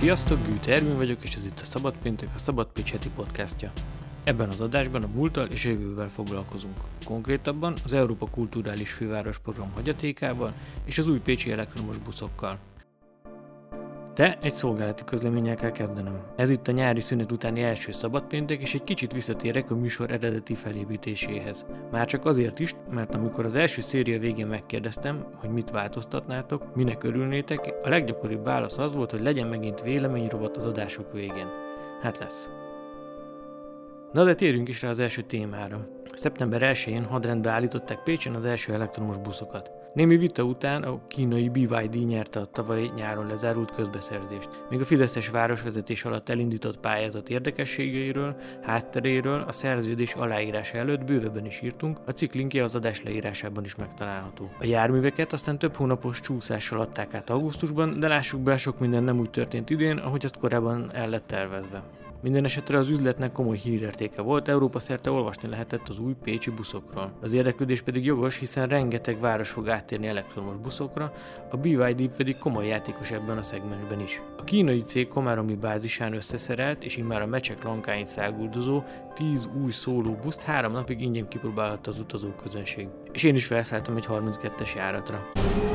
Sziasztok, Gűte Ervin vagyok, és ez itt a Szabad Péntek, a Szabad Pécs heti podcastja. Ebben az adásban a múlttal és jövővel foglalkozunk. Konkrétabban az Európa Kulturális Főváros Program hagyatékával és az új pécsi elektromos buszokkal. De egy szolgálati közleménnyel kell kezdenem. Ez itt a nyári szünet utáni első Szabad Péntek, és egy kicsit visszatérek a műsor eredeti felépítéséhez. Már csak azért is, mert amikor az első széria végén megkérdeztem, hogy mit változtatnátok, minek örülnétek, a leggyakoribb válasz az volt, hogy legyen megint véleményrovat az adások végén. Hát lesz. Na de térjünk is rá az első témára. Szeptember 1-én hadrendbe állították Pécsen az első elektromos buszokat. Némi vita után a kínai BYD nyerte a tavaly nyáron lezárult közbeszerzést. Még a fideszes városvezetés alatt elindított pályázat érdekességeiről, hátteréről a szerződés aláírása előtt bővebben is írtunk, a cikk linkje az adás leírásában is megtalálható. A járműveket aztán több hónapos csúszással adták át augusztusban, de lássuk be, sok minden nem úgy történt idén, ahogy azt korábban el lett tervezve. Minden esetre az üzletnek komoly hírértéke volt, Európa szerte olvasni lehetett az új pécsi buszokról. Az érdeklődés pedig jogos, hiszen rengeteg város fog áttérni elektromos buszokra, a BYD pedig komoly játékos ebben a szegmensben is. A kínai cég komáromi bázisán összeszerelt és immár a mecsek lankáin száguldozó 10 új szóló buszt 3 napig ingyen kipróbálhatta az utazóközönség. És én is felszálltam egy 32-es járatra.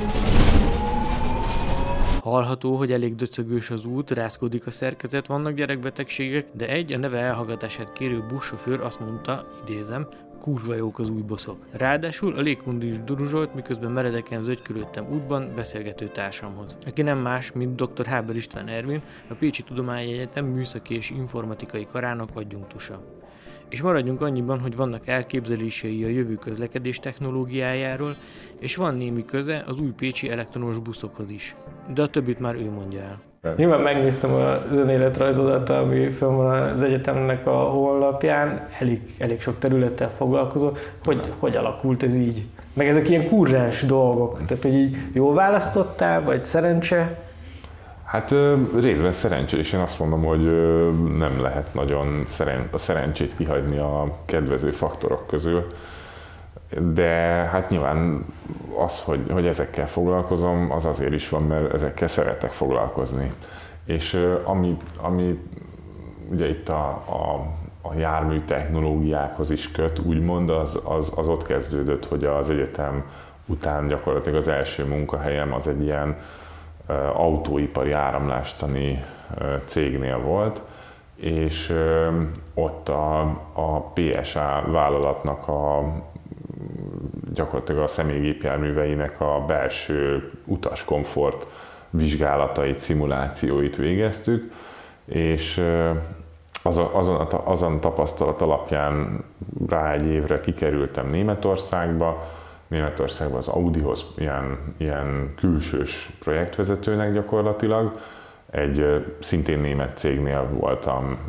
Hallható, hogy elég döcögős az út, rázkódik a szerkezet, vannak gyerekbetegségek, de a neve elhallgatását kérő buszsofőr azt mondta, idézem, kurva jók az új buszok. Ráadásul a légkondi is duruzsolt, miközben meredeken zögykülődtem útban beszélgető társamhoz, aki nem más, mint dr. Háber István Ervin, a Pécsi Tudományegyetem műszaki és informatikai karának adjunktusa. És maradjunk annyiban, hogy vannak elképzelései a jövő közlekedés technológiájáról, és van némi köze az új pécsi elektromos buszokhoz is. De a többit már ő mondja el. Nyilván megnéztem az önéletrajzodat, ami fönn van az egyetemnek a honlapján, elég sok területtel foglalkozó. Hogy alakult ez így? Meg ezek ilyen kurrens dolgok, tehát hogy így jól választottál, vagy szerencse? Hát részben szerencsé, és én azt mondom, hogy nem lehet nagyon a szerencsét kihagyni a kedvező faktorok közül. De hát nyilván az, hogy ezekkel foglalkozom, az azért is van, mert ezekkel szeretek foglalkozni. És ami ugye itt a jármű technológiákhoz is köt, úgymond, az ott kezdődött, hogy az egyetem után gyakorlatilag az első munkahelyem az egy ilyen autóipari áramlástani cégnél volt, és ott a PSA vállalatnak gyakorlatilag a személygépjárműveinek a belső utaskomfort vizsgálatait, szimulációit végeztük, és azon tapasztalat alapján rá egy évre kikerültem Németországba az Audihoz ilyen külsős projektvezetőnek gyakorlatilag. Egy szintén német cégnél voltam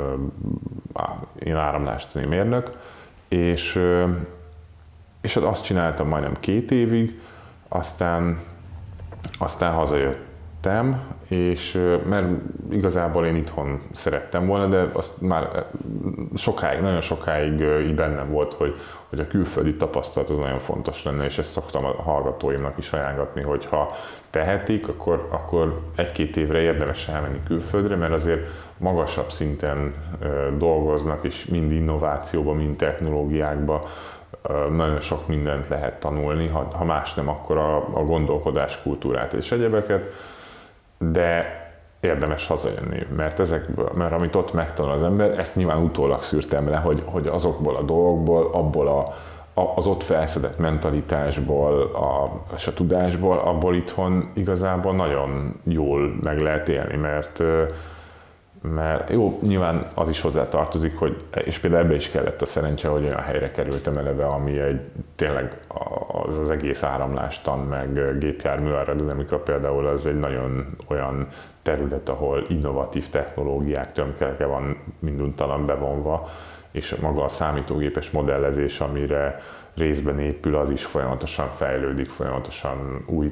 én áramlástani mérnök, és azt csináltam majdnem 2 évig, aztán hazajöttem, és mert igazából én itthon szerettem volna, de azt már nagyon sokáig így bennem volt, hogy a külföldi tapasztalat az nagyon fontos lenne, és ezt szoktam a hallgatóimnak is ajánlatni, hogy ha tehetik, akkor 1-2 évre érdemes elmenni külföldre, mert azért magasabb szinten dolgoznak, és mind innovációba, mind technológiákba nagyon sok mindent lehet tanulni, ha más nem, akkor a gondolkodás kultúrát és egyebeket, de érdemes hazajönni, mert amit ott megtanul az ember, ezt nyilván utólag szűrtem le, hogy azokból a dolgokból, abból az ott felszedett mentalitásból, és a tudásból, abból itthon igazából nagyon jól meg lehet élni, mert jó, nyilván az is hozzá tartozik, és például ebbe is kellett a szerencse, hogy olyan helyre kerültem eleve, ami tényleg az egész áramlástan, meg gépjármű aerodinamika például az egy nagyon olyan terület, ahol innovatív technológiák tömkelege van minduntalan bevonva, és maga a számítógépes modellezés, amire részben épül, az is folyamatosan fejlődik, folyamatosan új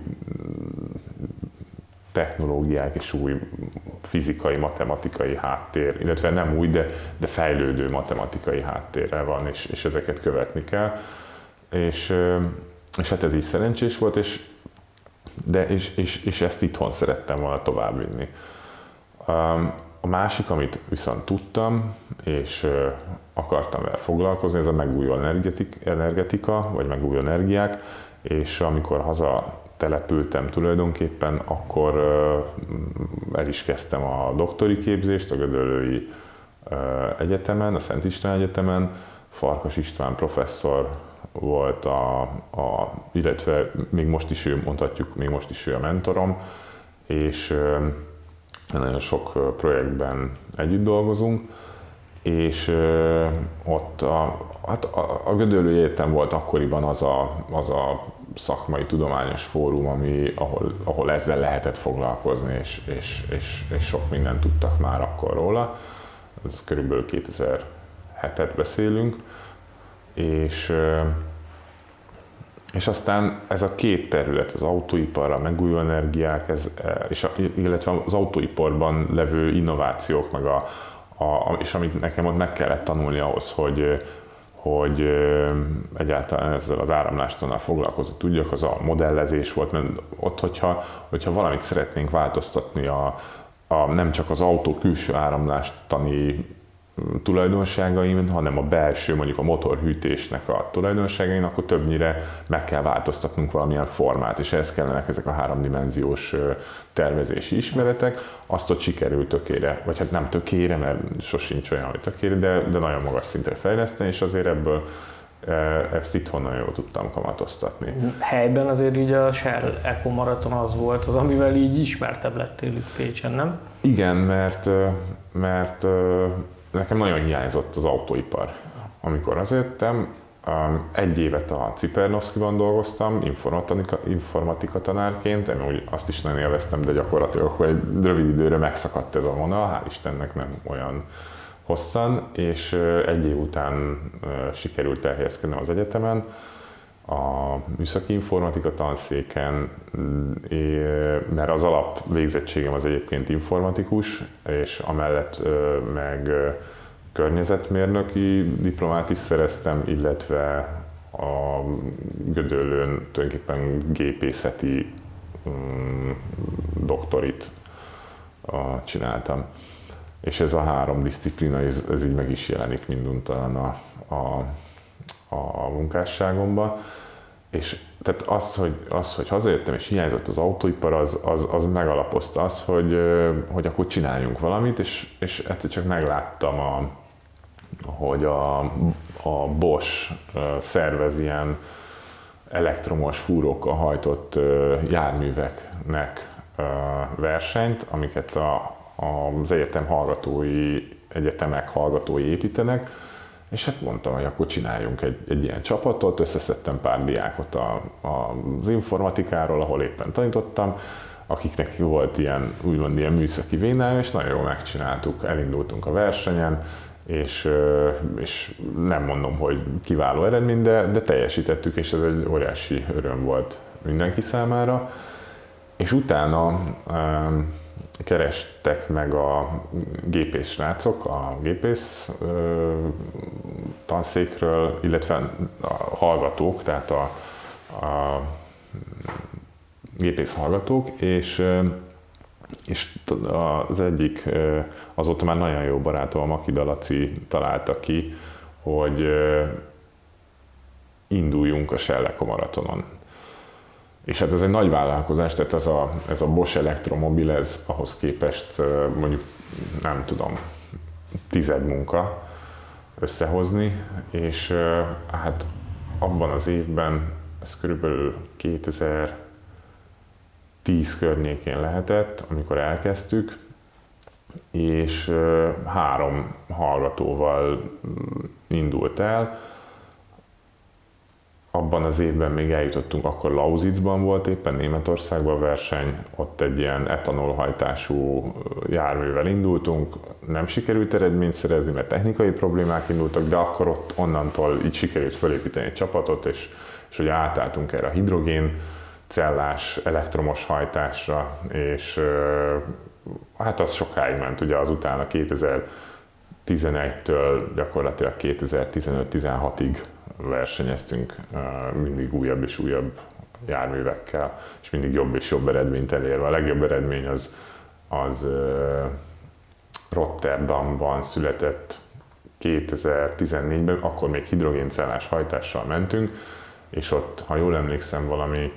technológiák és új fizikai, matematikai háttér, illetve nem új, de fejlődő matematikai háttérrel van, és ezeket követni kell. És hát ez is szerencsés volt, és ezt itthon szerettem volna továbbvinni. A másik, amit viszont tudtam, és akartam vele foglalkozni, ez a megújuló energetika, vagy megújuló energiák, és amikor haza települtem tulajdonképpen, akkor el is kezdtem a doktori képzést a Gödöllői Egyetemen, a Szent István Egyetemen. Farkas István professzor volt illetve még most is ő, mondhatjuk, még most is ő a mentorom, és nagyon sok projektben együtt dolgozunk, és ott a Gödöllői Egyetem volt akkoriban az a szakmai tudományos fórum, ahol ezzel lehetett foglalkozni, és sok mindent tudtak már akkor róla. Ez körülbelül 2007-et beszélünk, és aztán ez a két terület, az autóipar, a megújuló energiák, illetve az autóiparban levő innovációk, meg és amit nekem ott meg kellett tanulni ahhoz, hogy egyáltalán ezzel az áramlástannal foglalkozni tudjak, az a modellezés volt, mert ott, hogyha valamit szeretnénk változtatni nem csak az autó külső áramlástani tulajdonságain, hanem a belső, mondjuk a motorhűtésnek a tulajdonságain, akkor többnyire meg kell változtatnunk valamilyen formát, és ehhez kellenek ezek a háromdimenziós tervezési ismeretek. Azt ott sikerült tökére, vagy hát nem tökére, mert sosincs olyan, hogy tökére, de nagyon magas szintre fejleszteni, és azért ebből ezt itthon nagyon jól tudtam kamatoztatni. Helyben azért így a Shell Eco Marathon az volt az, amivel így ismertebb lettél itt Pécsen, nem? Igen, mert nekem nagyon hiányzott az autóipar. Amikor hazajöttem, egy évet a Cipernovszkiban dolgoztam, informatika tanárként, úgy azt is nagyon élveztem, de gyakorlatilag akkor egy rövid időre megszakadt ez a vonal, hál' Istennek nem olyan hosszan, és egy év után sikerült elhelyezkednem az egyetemen, a műszaki informatika tanszéken, mert az alapvégzettségem az egyébként informatikus, és amellett meg környezetmérnöki diplomát is szereztem, illetve a Gödöllőn tulajdonképpen gépészeti doktorit csináltam. És ez a három diszciplína, ez így meg is jelenik minduntalan a munkásságomban. És tehát az, hogy hazajöttem és hiányzott az autóipar, az megalapozta azt, hogy akkor csináljunk valamit, és egyszer csak megláttam, hogy a Bosch szervez ilyen elektromos fúrókkal hajtott járműveknek versenyt, amiket az egyetemek hallgatói építenek, és hát mondtam, hogy akkor csináljunk egy ilyen csapatot, összeszedtem pár diákot az informatikáról, ahol éppen tanítottam, akiknek volt úgymond ilyen műszaki vénája, és nagyon jól megcsináltuk, elindultunk a versenyen, és nem mondom, hogy kiváló eredmény, de teljesítettük, és ez egy óriási öröm volt mindenki számára. És utána kerestek meg a gépész srácok a gépész tanszékről, illetve a hallgatók, tehát a gépész hallgatók, és az egyik, azóta már nagyon jó barátom, a Makida Laci találta ki, hogy induljunk a Shell Eco Maratonon. És hát ez egy nagy vállalkozás, tehát ez a Bosch elektromobil, ez ahhoz képest mondjuk nem tudom, 10 munka összehozni, és hát abban az évben, ez körülbelül 2010 környékén lehetett, amikor elkezdtük, és 3 hallgatóval indult el. Abban az évben még eljutottunk, akkor Lausitzban volt éppen Németországban verseny, ott egy ilyen etanolhajtású járművel indultunk, nem sikerült eredményt szerezni, mert technikai problémák indultak, de akkor ott onnantól így sikerült felépíteni egy csapatot, és ugye átálltunk erre a hidrogén cellás elektromos hajtásra, és hát az sokáig ment, ugye azután 2011-től gyakorlatilag 2015-16-ig versenyeztünk mindig újabb és újabb járművekkel, és mindig jobb és jobb eredményt elérve. A legjobb eredmény az Rotterdamban született 2014-ben, akkor még hidrogéncellás hajtással mentünk, és ott, ha jól emlékszem, valami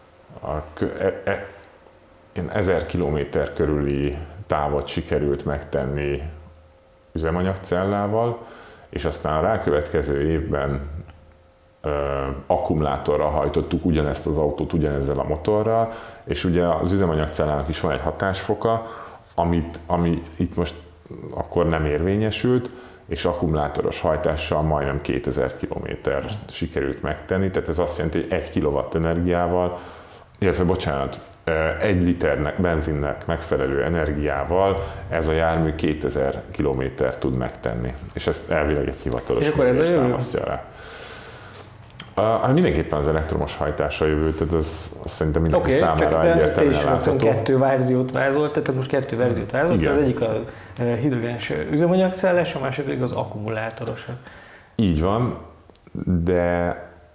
1000 kilométer körüli távot sikerült megtenni üzemanyagcellával, és aztán a rákövetkező évben akkumulátorral hajtottuk ugyanezt az autót ugyanezzel a motorral, és ugye az üzemanyagcellának is van egy hatásfoka, ami itt most akkor nem érvényesült, és akkumulátoros hajtással majdnem 2000 kilométert sikerült megtenni, tehát ez azt jelenti, hogy 1 kW energiával, illetve bocsánat, 1 liter benzinnek megfelelő energiával ez a jármű 2000 kilométert tud megtenni. És ezt elvileg egy hivatalos mérés támasztja rá. Mindenképpen az elektromos hajtás a jövő, tehát az szerintem mindenki számára egyértelműen látható. Te is 2 verziót vázolt, tehát most 2 verziót vázolt, az egyik a hidrogénes üzemanyagcellás, a másik pedig az akkumulátoros. Így van, de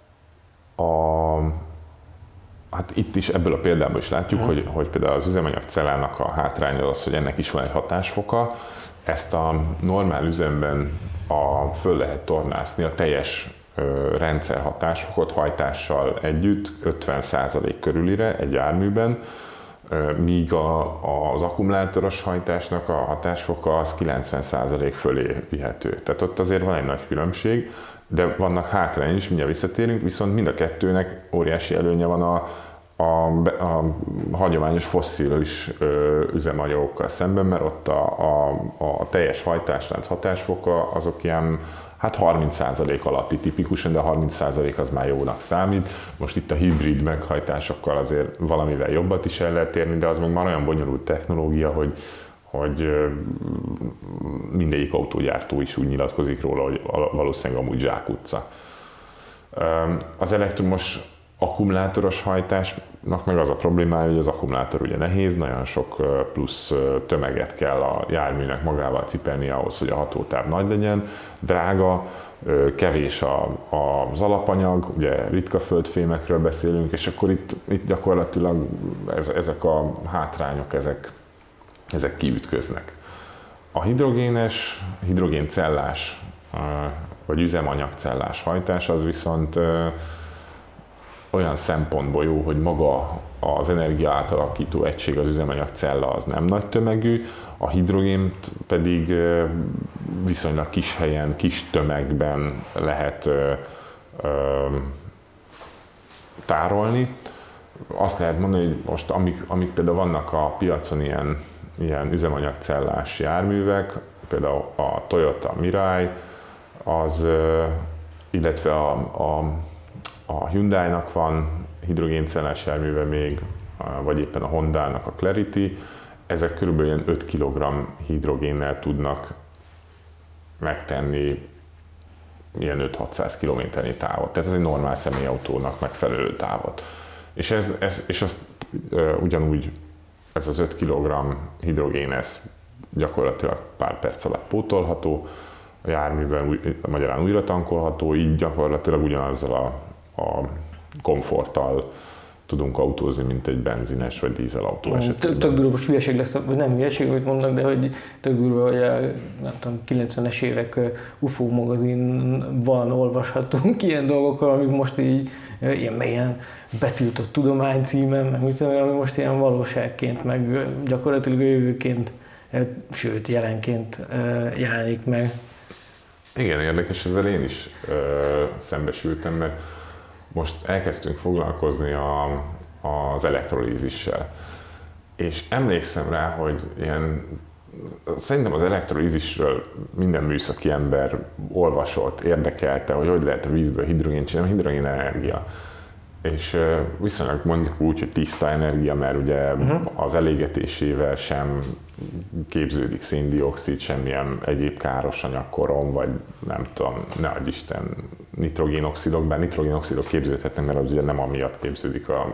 hát itt is ebből a példából is látjuk, hogy például az üzemanyagcellának a hátránya az, hogy ennek is van egy hatásfoka. Ezt a normál üzemben föl lehet tornászni a teljes rendszer hatásfokot hajtással együtt 50% körülire egy járműben, míg az akkumulátoros hajtásnak a hatásfoka az 90% fölé vihető. Tehát ott azért van egy nagy különbség, de vannak hátrány is, mindjárt visszatérünk, viszont mind a kettőnek óriási előnye van a hagyományos fosszilis üzemanyagokkal szemben, mert ott a teljes hajtáslánc hatásfoka azok ilyen 30% alatti tipikusan, de a 30% az már jónak számít. Most itt a hibrid meghajtásokkal azért valamivel jobbat is el lehet érni, de az meg már olyan bonyolult technológia, hogy mindegyik autógyártó is úgy nyilatkozik róla, hogy valószínűleg amúgy zsákutca. Az elektromos akkumulátoros hajtásnak meg az a problémája, hogy az akkumulátor ugye nehéz, nagyon sok plusz tömeget kell a járműnek magával cipelni ahhoz, hogy a hatótáv nagy legyen, drága, kevés az alapanyag, ugye ritka földfémekről beszélünk, és akkor itt gyakorlatilag ezek a hátrányok, ezek kiütköznek. A hidrogéncellás vagy üzemanyagcellás hajtás az viszont olyan szempontból jó, hogy maga az energia átalakító egység, az üzemanyagcella az nem nagy tömegű, a hidrogént pedig viszonylag kis helyen, kis tömegben lehet tárolni. Azt lehet mondani, hogy most amik például vannak a piacon ilyen üzemanyagcellás járművek, például a Toyota Mirai, illetve a Hyundai-nak van hidrogéncellás járműve még, vagy éppen a Honda-nak a Clarity, ezek körülbelül ilyen 5 kg hidrogénnel tudnak megtenni ilyen 5-600 kilométernyi távot. Tehát ez egy normál személyautónak megfelelő távot. És azt ugyanúgy ez az 5 kg hidrogén, ez gyakorlatilag pár perc alatt pótolható, a járműben magyarán újra tankolható, így gyakorlatilag ugyanazzal a komforttal tudunk autózni, mint egy benzines vagy dízelautó esetében. Tök durva, most hülyeség lesz, vagy nem hülyeség, amit mondnak, de hogy tök durva, hogy a 90-es évek UFO magazinban olvashatunk ilyen dolgokkal, amik most így ilyen mélyen betiltott tudomány címen, meg mit tudom, ami most ilyen valóságként, meg gyakorlatilag a jövőként, sőt jelenként jelenik meg. Igen, érdekes, ezzel én is szembesültem, mert most elkezdtünk foglalkozni az elektrolízissel. És emlékszem rá, hogy szerintem az elektrolízisről minden műszaki ember olvasott, érdekelte, hogy lehet a vízből hidrogént csinálni, hidrogén energia. És viszonylag mondjuk úgy, hogy tiszta energia, mert ugye az elégetésével sem képződik széndioxid, semmilyen egyéb káros anyag, korom, vagy nem tudom, ne adj Isten, nitrogénoxidok, bár nitrogénoxidok képződhetnek, mert az ugye nem amiatt képződik a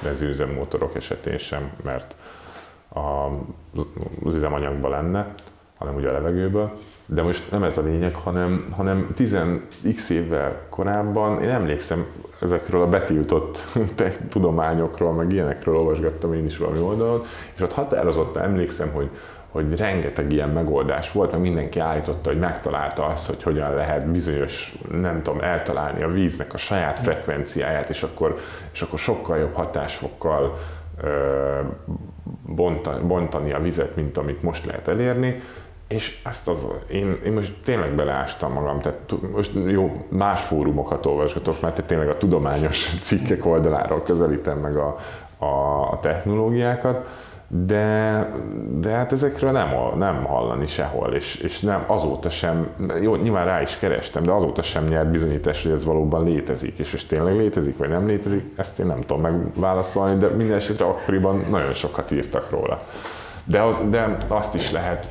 benzinüzemmotorok esetén sem, mert az üzemanyagban lenne, hanem ugye a levegőből. De most nem ez a lényeg, hanem 10x évvel korábban én emlékszem ezekről a betiltott tudományokról, meg ilyenekről olvasgattam én is valami oldalon, és ott határozottan emlékszem, hogy rengeteg ilyen megoldás volt, mert mindenki állította, hogy megtalálta azt, hogy hogyan lehet bizonyos, nem tudom, eltalálni a víznek a saját frekvenciáját, és akkor sokkal jobb hatásfokkal bontani a vizet, mint amit most lehet elérni. És én most tényleg beleástam magam, tehát most jó, más fórumokat olvasgatok, mert tényleg a tudományos cikkek oldaláról közelítem meg a technológiákat, de hát ezekről nem hallani sehol, és nem, azóta sem, jó, nyilván rá is kerestem, de azóta sem nyert bizonyítás, hogy ez valóban létezik, és tényleg létezik, vagy nem létezik, ezt én nem tudom megválaszolni, de minden esetre akkoriban nagyon sokat írtak róla. De azt is lehet,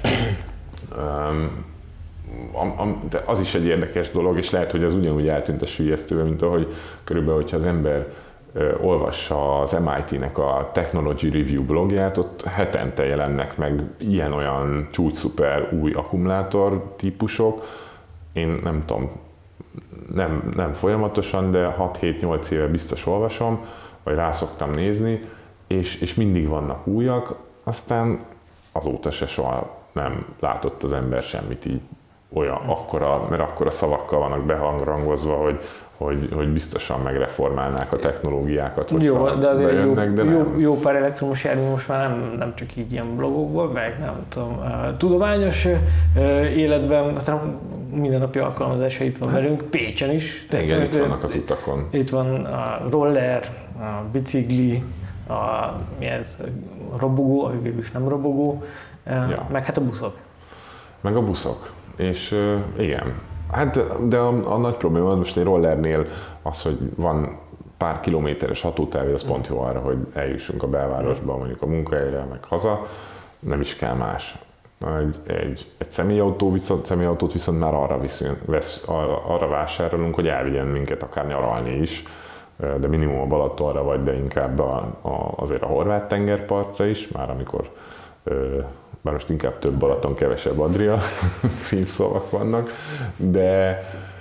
de az is egy érdekes dolog, és lehet, hogy ez ugyanúgy eltűnt a süllyesztőbe, mint ahogy körülbelül, hogyha az ember olvassa az MIT-nek a Technology Review blogját, ott hetente jelennek meg ilyen-olyan csúcsszuper új akkumulátor típusok. Én nem tudom, nem folyamatosan, de 6-7-8 éve biztos olvasom, vagy rá szoktam nézni, és mindig vannak újak, aztán azóta se soha nem látott az ember semmit így olyan, mert akkora szavakkal vannak behangrangozva, hogy biztosan megreformálnák a technológiákat, hogyha jó, de azért bejönnek, de jó pár elektromos jármű most már nem csak így ilyen blogokból, meg nem tudom, tudományos életben, mindennapi alkalmazása itt van velünk, Pécsen is. Igen, itt vannak az utakon. Itt van a roller, a bicikli, a robogó, ami végül is nem robogó, meg hát a buszok. Meg a buszok. És igen, hát de a nagy probléma most egy rollernél az, hogy van pár kilométeres hatótáv, az pont jó arra, hogy eljussunk a belvárosba, mondjuk a munkahelyre, meg haza, nem is kell más. Egy személyautót viszont már arra vásárolunk, hogy elvigyen minket akár nyaralni is, de minimum a Balatonra vagy, de inkább azért a horvát tengerpartra is, már amikor bár most inkább több Balaton, kevesebb Adria címszavak vannak, de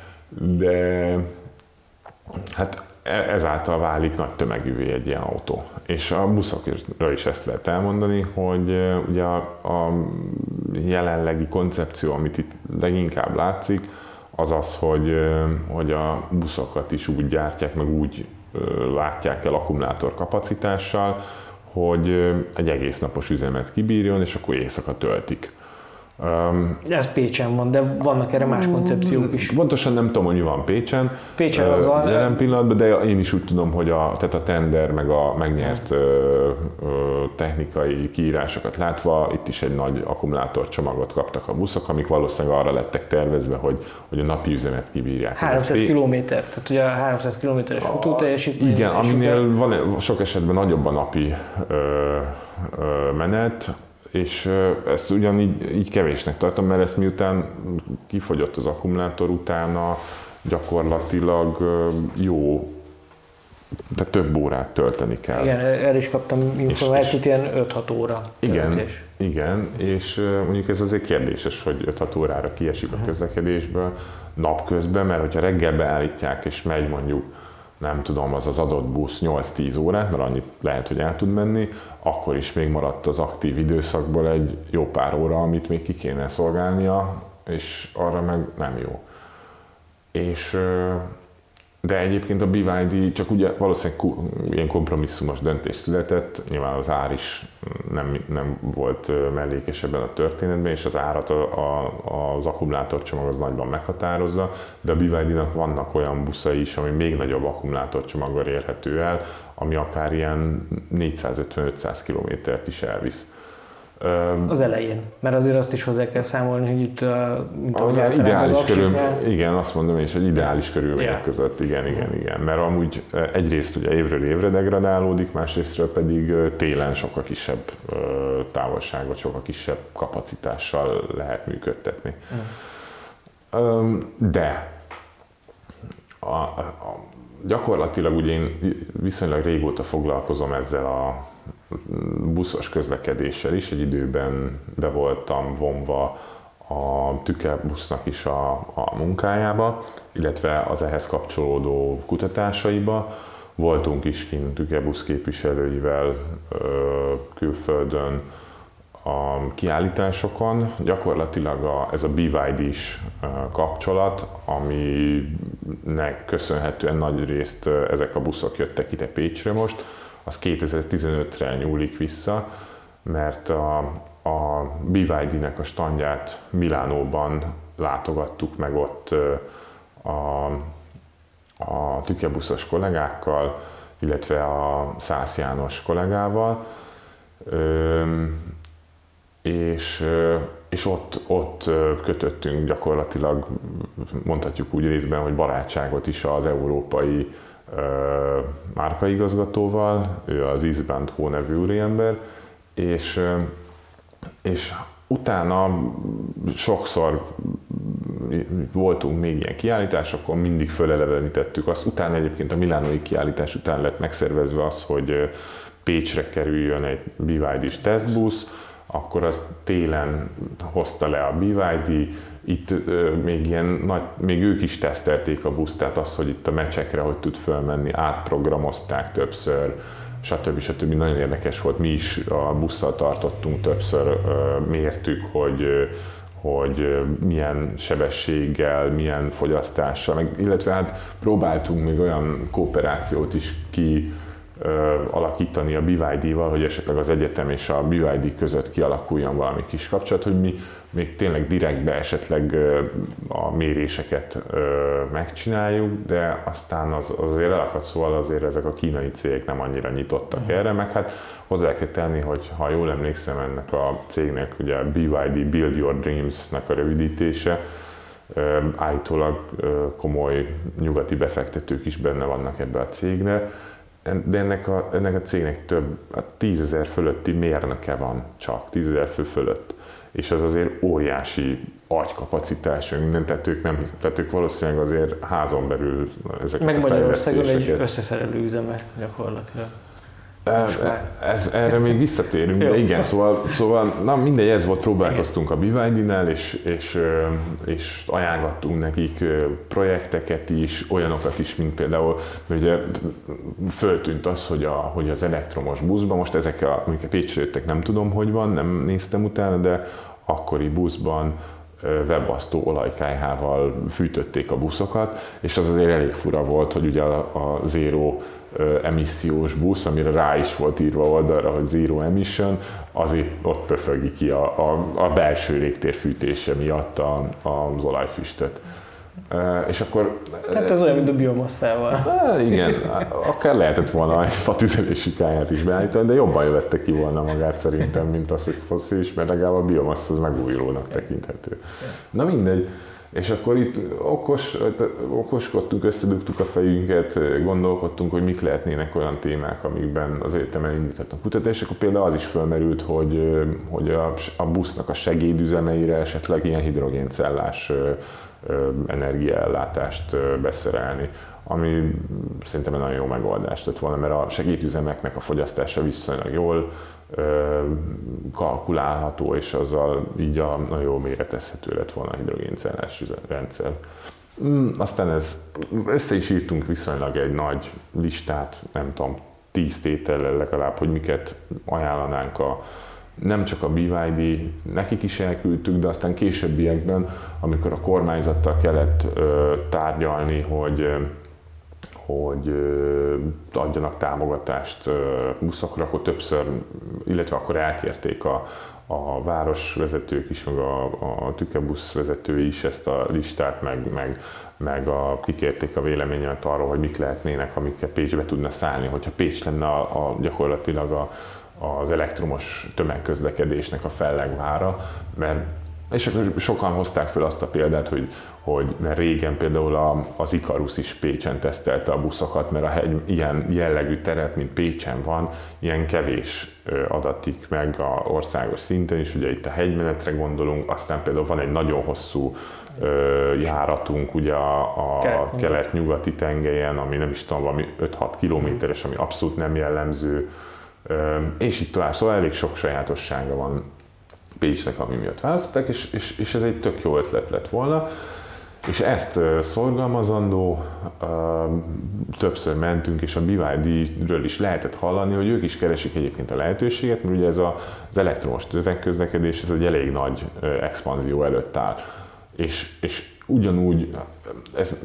hát ezáltal válik nagy tömegűvé egy ilyen autó. És a buszokra is ezt lehet elmondani, hogy ugye a jelenlegi koncepció, amit itt leginkább látszik, az az, hogy a buszokat is úgy gyártják, meg úgy látják el akkumulátor kapacitással, hogy egy egész napos üzemet kibírjon, és akkor éjszaka töltik. Ez Pécsen van, de vannak erre más koncepciók is. Pontosan nem tudom, hogy mi van Pécsen. Pécsen az van. Jelen pillanatban, de én is úgy tudom, hogy tehát a tender meg a megnyert technikai kiírásokat látva, itt is egy nagy akkumulátorcsomagot kaptak a buszok, amik valószínűleg arra lettek tervezve, hogy a napi üzemet kibírják. 300 kilométer, tehát ugye a 300 kilométeres futóteljesítmény. Igen, aminél van sok esetben nagyobb a napi menet, és ezt ugyanígy kevésnek tartom, mert ezt miután kifogyott az akkumulátor, utána gyakorlatilag jó, tehát több órát tölteni kell. Igen, el is kaptam információt, ilyen 5-6 óra. Igen, és mondjuk ez azért kérdéses, hogy 5-6 órára kiesik a közlekedésből napközben, mert hogyha reggel beállítják és megy mondjuk, nem tudom, az adott busz 8-10 órát, mert annyit lehet, hogy el tud menni, akkor is még maradt az aktív időszakból egy jó pár óra, amit még ki kéne szolgálnia, és arra meg nem jó. De egyébként a BYD csak ugye valószínűleg ilyen kompromisszumos döntés született, nyilván az ár is nem volt mellékes ebben a történetben, és az árat az akkumulátorcsomag az nagyban meghatározza, de a BYD-nak vannak olyan buszai is, ami még nagyobb akkumulátorcsomaggal érhető el, ami akár ilyen 450-500 kilométert is elvisz. Az elején, mert azért azt is hozzá kell számolni, hogy itt az ideális igen, azt mondom és egy ideális körülmények között, igen, mert amúgy egyrészt ugye évről évre degradálódik, másrésztről pedig télen sokkal kisebb távolságot, sokkal kisebb kapacitással lehet működtetni. De gyakorlatilag ugye én viszonylag régóta foglalkozom ezzel buszos közlekedéssel is, egy időben be voltam vonva a Tükebusznak is a munkájába, illetve az ehhez kapcsolódó kutatásaiba. Voltunk is kint Tükebusz képviselőivel külföldön a kiállításokon. Gyakorlatilag ez a BYD-s kapcsolat, aminek köszönhetően nagy részt ezek a buszok jöttek ide Pécsre most, az 2015-re nyúlik vissza, mert a BYD-nek a standját Milánóban látogattuk meg ott a tükebuszos kollégákkal, illetve a Szász János kollégával, és ott kötöttünk gyakorlatilag, mondhatjuk úgy részben, hogy barátságot is az európai márkaigazgatóval, ő az Isbrand Hó nevű úriember, és utána sokszor voltunk még ilyen kiállításokon, mindig fölelevenítettük azt. Utána egyébként a milánói kiállítás után lett megszervezve az, hogy Pécsre kerüljön egy BYD-s tesztbusz, akkor azt télen hozta le a BYD, itt még ők is tesztelték a buszt, tehát az, hogy itt a meccsekre hogy tud fölmenni, átprogramozták többször, stb. Nagyon érdekes volt, mi is a busszal tartottunk többször, mértük, hogy milyen sebességgel, milyen fogyasztással, illetve hát próbáltunk még olyan kooperációt is alakítani a BYD-val, hogy esetleg az egyetem és a BYD között kialakuljon valami kis kapcsolat, hogy mi még tényleg direktbe esetleg a méréseket megcsináljuk, de aztán azért elakadt, szóval azért ezek a kínai cégek nem annyira nyitottak erre, meg hát hozzá kell tenni, hogy ha jól emlékszem, ennek a cégnek ugye a BYD Build Your Dreams-nek a rövidítése, állítólag komoly nyugati befektetők is benne vannak ebbe a cégbe, de ennek a cégnek több, 10 000 fölötti mérnöke van csak, 10 000 fő fölött. És az azért óriási agykapacitás, tehát ők valószínűleg azért házon belül ezeket a fejlesztéseket. Meg Magyarországon egy összeszerelő üzeme gyakorlatilag. Erre még visszatérünk, de igen, szóval na mindegy, ez volt, próbálkoztunk a BYD-nál, és ajánlottunk nekik projekteket is, olyanokat is, mint például, ugye föltűnt az, hogy az elektromos buszban, most ezek amik Pécsre jöttek, nem tudom, hogy van, nem néztem utána, de akkori buszban webbasztó olajkályhával fűtötték a buszokat, és az azért elég fura volt, hogy ugye a zero emissziós busz, amire rá is volt írva oldalra, hogy zero emission, azért ott pöfögi ki a belső légtér fűtése miatt az olajfüstöt. És akkor... Tehát ez olyan, mint a biomasszával. Igen, akár lehetett volna egy fatüzelési kályát is beállítani, de jobban jötte ki volna magát szerintem, mint az, hogy fosszilis, mert legalább a biomassz az megújulónak tekinthető. Na mindegy. És akkor itt okoskodtunk, összedugtuk a fejünket, gondolkodtunk, hogy mik lehetnének olyan témák, amikben az egyetemen indíthatnak kutatást, és akkor például az is felmerült, hogy a busznak a segédüzemeire esetleg ilyen hidrogéncellás energiaellátást beszerelni, ami szerintem egy nagyon jó megoldás lett volna, mert a segédüzemeknek a fogyasztása viszonylag jól kalkulálható, és azzal így nagyon jól méretezhető lett volna a hidrogéncellás rendszer. Aztán össze is írtunk viszonylag egy nagy listát, nem tudom, 10 tétellel legalább, hogy miket ajánlanánk nem csak a BYD, nekik is elküldtük, de aztán későbbiekben, amikor a kormányzattal kellett tárgyalni, hogy adjanak támogatást buszokra, akkor többször, illetve akkor elkérték a városvezetők is, meg a tükebusz vezetői is ezt a listát, meg kikérték a véleményemet arról, hogy mik lehetnének, amikkel Pécsbe tudna szállni, hogyha Pécs lenne gyakorlatilag az elektromos tömegközlekedésnek a fellegvára, és akkor sokan hozták fel azt a példát, hogy mert régen például az Ikarus is Pécsen tesztelte a buszokat, mert ilyen jellegű terep, mint Pécsen van, ilyen kevés adatik meg a országos szinten is, ugye itt a hegymenetre gondolunk, aztán például van egy nagyon hosszú járatunk ugye a kelet-nyugati tengelyen, ami nem is tudom, valami 5-6 kilométeres, ami abszolút nem jellemző. És itt tovább, szóval elég sok sajátossága van Pécsnek, ami miatt választották, és ez egy tök jó ötlet lett volna. És ezt szorgalmazandó, többször mentünk, és a BYD-ről is lehetett hallani, hogy ők is keresik egyébként a lehetőséget, mert ugye ez az elektromos tömegközlekedés, ez egy elég nagy expanzió előtt áll. És ugyanúgy, ez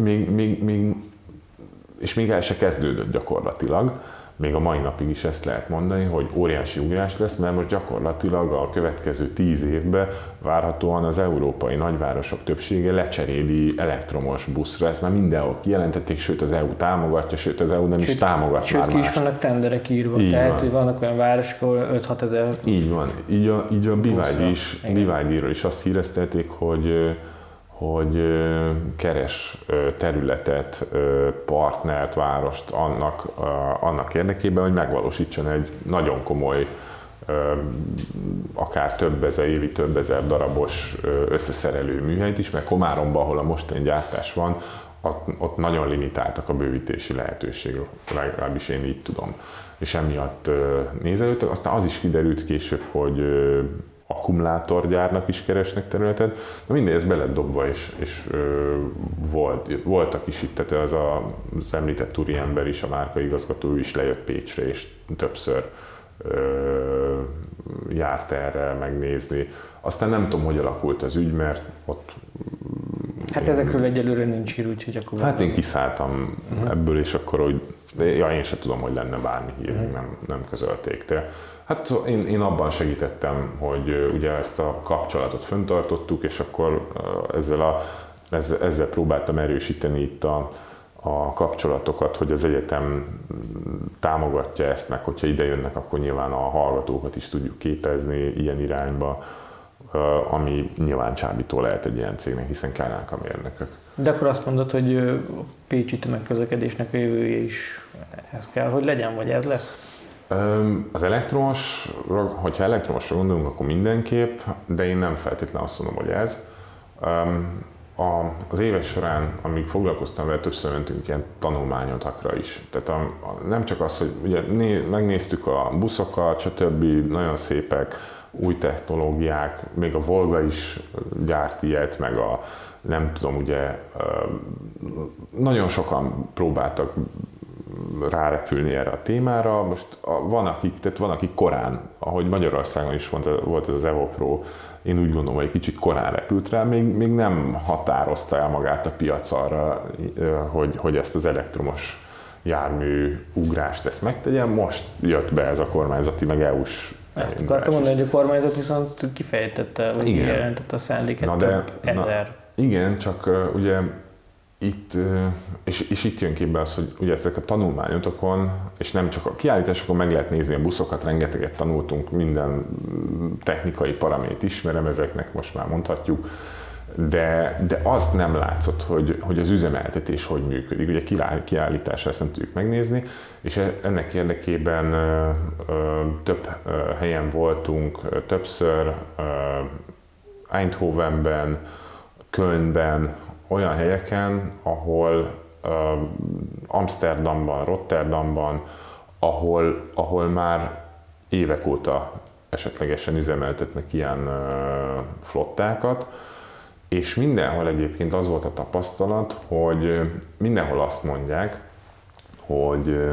még el se kezdődött gyakorlatilag, még a mai napig is ezt lehet mondani, hogy óriási ugrás lesz, mert most gyakorlatilag a következő 10 évben várhatóan az európai nagyvárosok többsége lecseréli elektromos buszra, ezt már mindenhol kijelentették, sőt az EU támogatja, sőt az EU nem is támogat már ki is vannak tenderek írva, így tehát hogy vannak olyan városok, ahol 5-6 ezer. Így van, így a BYD-ről is azt híreztették, hogy keres területet, partnert, várost annak érdekében, hogy megvalósítson egy nagyon komoly, akár évi több ezer darabos összeszerelő műhelyt is, mert Komáromban, ahol a mostani gyártás van, ott nagyon limitáltak a bővítési lehetőségek, legalábbis én így tudom. És emiatt nézelődtek. Aztán az is kiderült később, hogy akkumulátorgyárnak is keresnek területet. Na mindegy, ez be lett dobva, és voltak is itt, tehát az említett úriember is, a márkaigazgató is lejött Pécsre, és többször járt erre megnézni. Aztán nem tudom, hogy alakult az ügy, mert ott... Hát ezekről egyelőre nincs hír, úgyhogy akkor... Hát én kiszálltam ebből, és akkor, hogy én sem tudom, hogy lenne bármi hír, nem közölték. De hát én abban segítettem, hogy ugye ezt a kapcsolatot fenntartottuk, és akkor ezzel próbáltam erősíteni itt a kapcsolatokat, hogy az egyetem támogatja ezt, meg hogyha ide jönnek, akkor nyilván a hallgatókat is tudjuk képezni ilyen irányba, ami nyilván csábító lehet egy ilyen cégnek, hiszen kellnek a mérnökök. De akkor azt mondod, hogy a pécsi tömegközlekedésnek a jövője is ez kell, hogy legyen, vagy ez lesz? Az elektromos, hogyha elektromosra gondolunk, akkor mindenképp, de én nem feltétlenül azt mondom, hogy ez. Az éves során, amíg foglalkoztam vele, többször mentünk ilyen tanulmányokra is. Tehát nem csak az, hogy ugye megnéztük a buszokat, stb. Nagyon szépek, új technológiák, még a Volga is gyárt ilyet, meg nem tudom, ugye nagyon sokan próbáltak rárepülni erre a témára. Most van, akik korán, ahogy Magyarországon is volt ez az EvoPro, én úgy gondolom, hogy egy kicsit korán repült rá, még nem határozta el magát a piac arra, hogy ezt az elektromos jármű ugrást ezt megtegyen. Most jött be ez a kormányzati, meg EU-s. Ezt akartam mondani, hogy a kormányzat viszont kifejtette, vagy kijelentette a szándéket több ezer. Igen, csak ugye itt, és itt jön képbe az, hogy ugye ezek a tanulmányotokon, és nem csak a kiállításokon meg lehet nézni a buszokat, rengeteget tanultunk, minden technikai paramét ismerem, ezeknek most már mondhatjuk, de azt nem látszott, hogy az üzemeltetés hogy működik. Ugye kiállításra ezt nem tudjuk megnézni, és ennek érdekében több helyen voltunk, többször Eindhovenben, Kölnben, olyan helyeken, ahol Amsterdamban, Rotterdamban, ahol már évek óta esetlegesen üzemeltetnek ilyen flottákat, és mindenhol egyébként az volt a tapasztalat, hogy mindenhol azt mondják, hogy,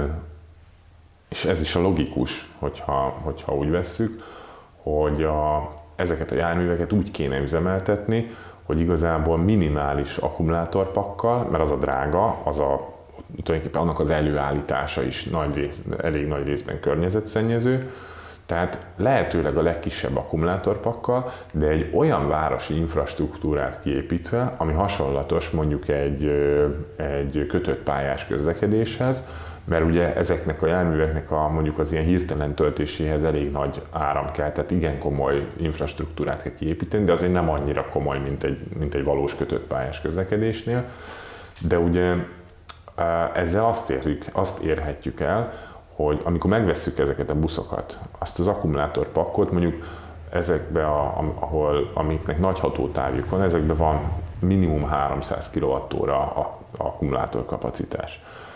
és ez is a logikus, hogyha úgy vesszük, hogy ezeket a járműveket úgy kéne üzemeltetni, hogy igazából minimális akkumulátorpakkal, mert az a drága, tulajdonképpen annak az előállítása is elég nagy részben környezetszennyező, tehát lehetőleg a legkisebb akkumulátorpakkal, de egy olyan városi infrastruktúrát kiépítve, ami hasonlatos mondjuk egy kötött pályás közlekedéshez, mert ugye ezeknek a járműveknek mondjuk az ilyen hirtelen töltéséhez elég nagy áram kell, tehát igen komoly infrastruktúrát kell kiépíteni, de azért nem annyira komoly, mint egy valós kötött pályás közlekedésnél. De ugye ezzel azt érhetjük el, hogy amikor megvesszük ezeket a buszokat, azt az akkumulátorpakkot mondjuk ezekbe, amiknek nagy hatótávjuk van, ezekben van minimum 300 kWh akkumulátorkapacitás.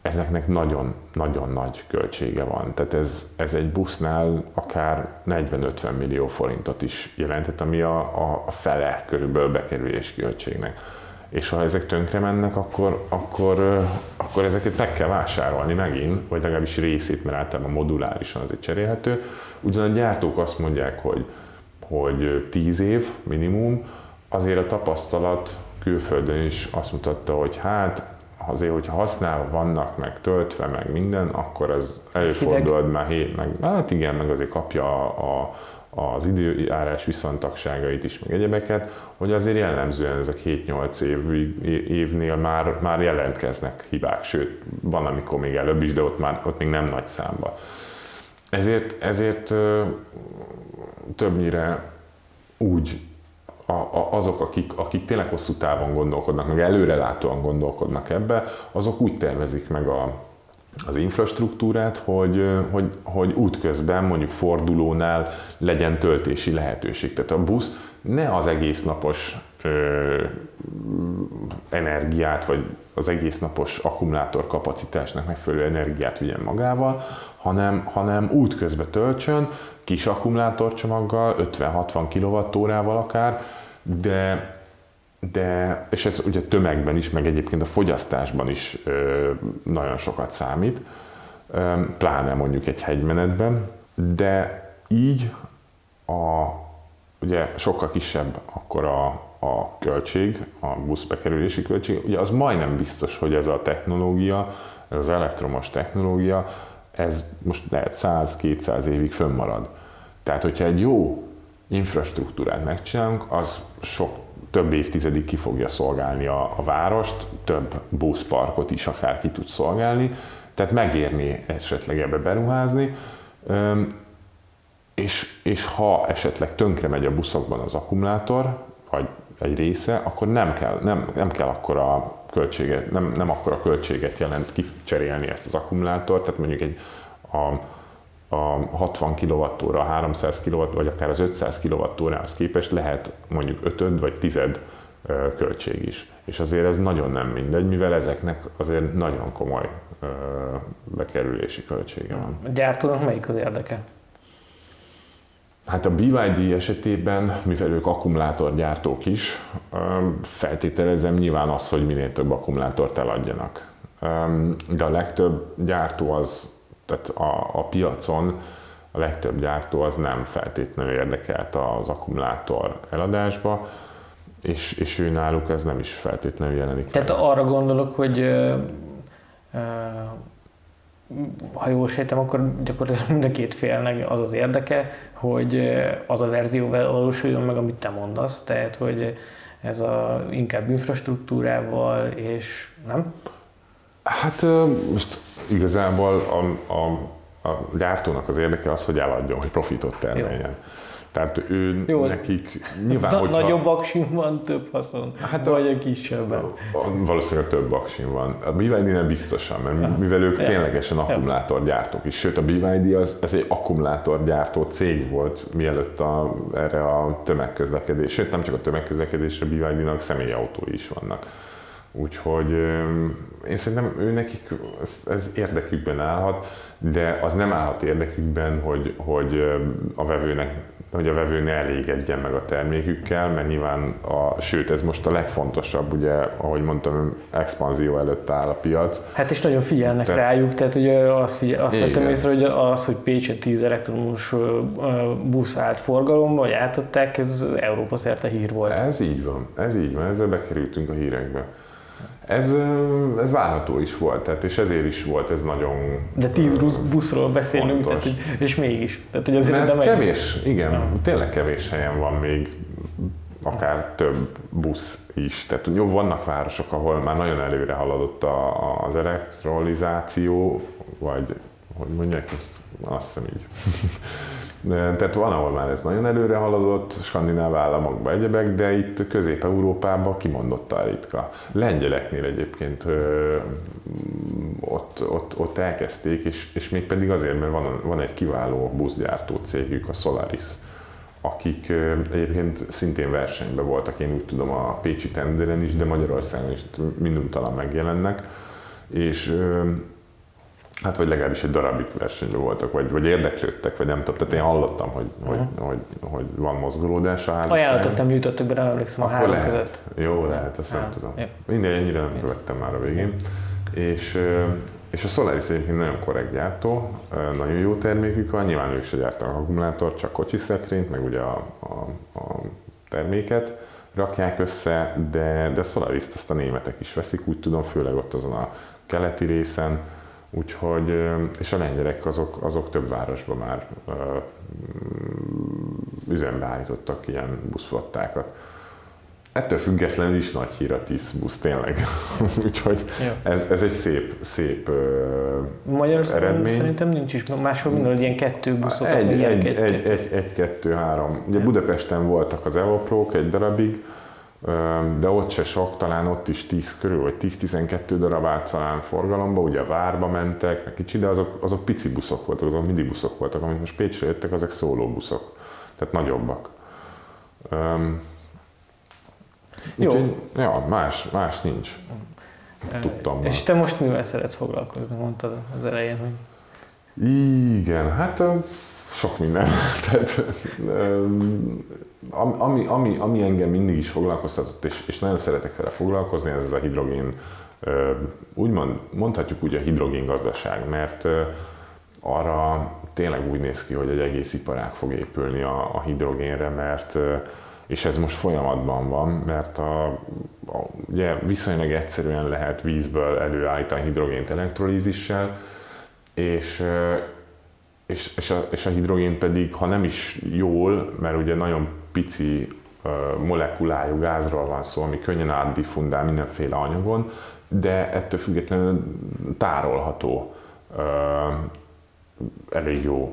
ezeknek nagyon nagy költsége van. Tehát ez egy busznál akár 40-50 millió forintot is jelentett, ami a fele körülbelül bekerülési költségnek. És ha ezek tönkre mennek, akkor ezeket meg kell vásárolni megint, vagy legalábbis részét, mert általában modulárisan azért cserélhető. Ugyan a gyártók azt mondják, hogy 10 év minimum, azért a tapasztalat külföldön is azt mutatta, hogy hát azért, hogyha használva vannak, meg töltve, meg minden, akkor az előfordulhat már hát igen, meg azért kapja az időjárás viszontagságait is, meg egyebeket, hogy azért jellemzően ezek 7-8 évnél már jelentkeznek hibák, sőt, van amikor még előbb is, de ott még nem nagy számba. Ezért többnyire úgy azok, akik tényleg hosszú távon gondolkodnak, meg előrelátóan gondolkodnak ebbe, azok úgy tervezik meg az infrastruktúrát, hogy útközben, mondjuk fordulónál legyen töltési lehetőség. Tehát a busz ne az egész napos energiát, vagy az egész napos akkumulátor kapacitásnak megfelelő energiát vigyen magával, hanem útközben töltsön, kis akkumulátorcsomaggal, 50-60 kWh-val akár, de és ez ugye tömegben is, meg egyébként a fogyasztásban is nagyon sokat számít, pláne mondjuk egy hegymenetben, de így ugye sokkal kisebb akkor a költség, a buszbekerülési költség, ugye az majdnem biztos, hogy ez a technológia, ez az elektromos technológia, ez most lehet 100-200 évig fönnmarad. Tehát, hogyha egy jó infrastruktúrát megcsinálunk, az több évtizedig ki fogja szolgálni a várost, több buszparkot is akár ki tud szolgálni, tehát megérni esetleg ebbe beruházni, és ha esetleg tönkre megy a buszokban az akkumulátor, vagy egy része, akkor nem kell akkora költséget, nem akkora költséget jelent kicserélni ezt az akkumulátort, tehát mondjuk a 60 kWh, 300 kW, vagy akár az 500 kWh-hoz képest lehet mondjuk 5 vagy 10 költség is. És azért ez nagyon nem mindegy, mivel ezeknek azért nagyon komoly bekerülési költsége van. A gyártónak melyik az érdeke? Hát a BYD esetében, mivel ők akkumulátorgyártók is, feltételezem nyilván az, hogy minél több akkumulátort eladjanak. De a legtöbb gyártó tehát a piacon a legtöbb gyártó az nem feltétlenül érdekelt az akkumulátor eladásba, és ő náluk ez nem is feltétlenül jelenik. Tehát arra gondolok, hogy ha jól sejtem, akkor gyakorlatilag mind a két félnek az az érdeke, hogy az a verzió valósuljon meg, amit te mondasz, tehát hogy ez inkább infrastruktúrával, és nem? Hát most igazából a gyártónak az érdeke az, hogy eladjon, hogy profitot termeljen. Jó. Tehát nekik nyilván, hogyha... Nagyobb aksin van, több haszon, vagy egy kisebben. Valószínűleg több aksin van. A BYD-nél biztosan, mert mivel ők ténylegesen akkumulátorgyártók is. Sőt, a BYD ez egy akkumulátorgyártó cég volt, mielőtt erre a tömegközlekedés, sőt nem csak a tömegközlekedésre, a BYD-nak személyautói is vannak. Úgyhogy én szerintem nekik ez érdekükben állhat, de az nem állhat érdekükben, hogy a vevő ne elégedjen meg a termékükkel, mert nyilván, sőt ez most a legfontosabb, ugye, ahogy mondtam, expanzió előtt áll a piac. Hát és nagyon figyelnek rájuk, tehát ugye azt vettem észre, hogy hogy Pécset 10 elektromos busz állt forgalomba, vagy átadták, ez Európa szerte hír volt. Ez így van, ezzel bekerültünk a hírekbe. Ez várható is volt, tehát, és ezért is volt ez nagyon de 10 buszról beszélünk, tehát, és mégis. Tehát, hogy azért mert kevés, igen, tényleg kevés helyen van még akár több busz is. Tehát jó, vannak városok, ahol már nagyon előre haladott az elektrolizáció, vagy hogy mondják ezt, azt hiszem így. Tehát van, ahol már ez nagyon előre haladott, skandináv államokban egyebek, de itt Közép-Európában kimondottan ritka. Lengyeleknél egyébként ott elkezdték, és mégpedig azért, mert van egy kiváló buszgyártó cégük, a Solaris, akik egyébként szintén versenyben voltak, én úgy tudom a pécsi tenderen is, de Magyarországon is minduntalan megjelennek, és Hát vagy legalábbis egy darabig versenyben voltak, vagy érdeklődtek, vagy nem tudom. Tehát én hallottam, hogy van mozgolódás a házak. Ajánlatot nem nyújtottak be, nem emlékszem a három között. Jó, lehet, azt nem tudom. Minden ennyire nem követtem már a végén. És a Solaris egyébként nagyon korrekt gyártó, nagyon jó termékük van, nyilván ők se gyártanak akkumulátort, csak kocsiszekrényt, meg ugye a terméket rakják össze, de Solaris-t azt a németek is veszik, úgy tudom, főleg ott azon a keleti részen, úgyhogy, és a lengyelek azok több városban már üzembe állítottak ilyen buszflottákat. Ettől függetlenül is nagy hír a TISZ busz, tényleg. Úgyhogy ez egy szép Magyarországon eredmény. Szerintem nincs is, máshol mindenhol ilyen kettő buszok. Egy, kettő, három. Ugye Budapesten voltak az Evaprók egy darabig, de ott se sok, talán ott is 10 körül, vagy 10-12 darab állt talán forgalomba, ugye a Várba mentek, meg kicsi, de azok pici buszok voltak, azok mindig buszok voltak, amik most Pécsre jöttek, azok szólóbuszok, tehát nagyobbak. Úgyhogy, ja, más nincs. Tudtam. És te most mivel szeretsz foglalkozni, mondtad az elején, hogy... Igen, hát sok minden. Tehát, ami engem mindig is foglalkoztatott, és nagyon szeretek vele foglalkozni, ez a hidrogén, mondhatjuk úgy a hidrogén gazdaság, mert arra tényleg úgy néz ki, hogy egy egész iparág fog épülni a hidrogénre, mert és ez most folyamatban van, mert ugye viszonylag egyszerűen lehet vízből előállítani hidrogént elektrolízissel, és a hidrogén pedig, ha nem is jól, mert ugye nagyon pici molekulájú gázról van szó, ami könnyen átdiffundál mindenféle anyagon, de ettől függetlenül tárolható elég jó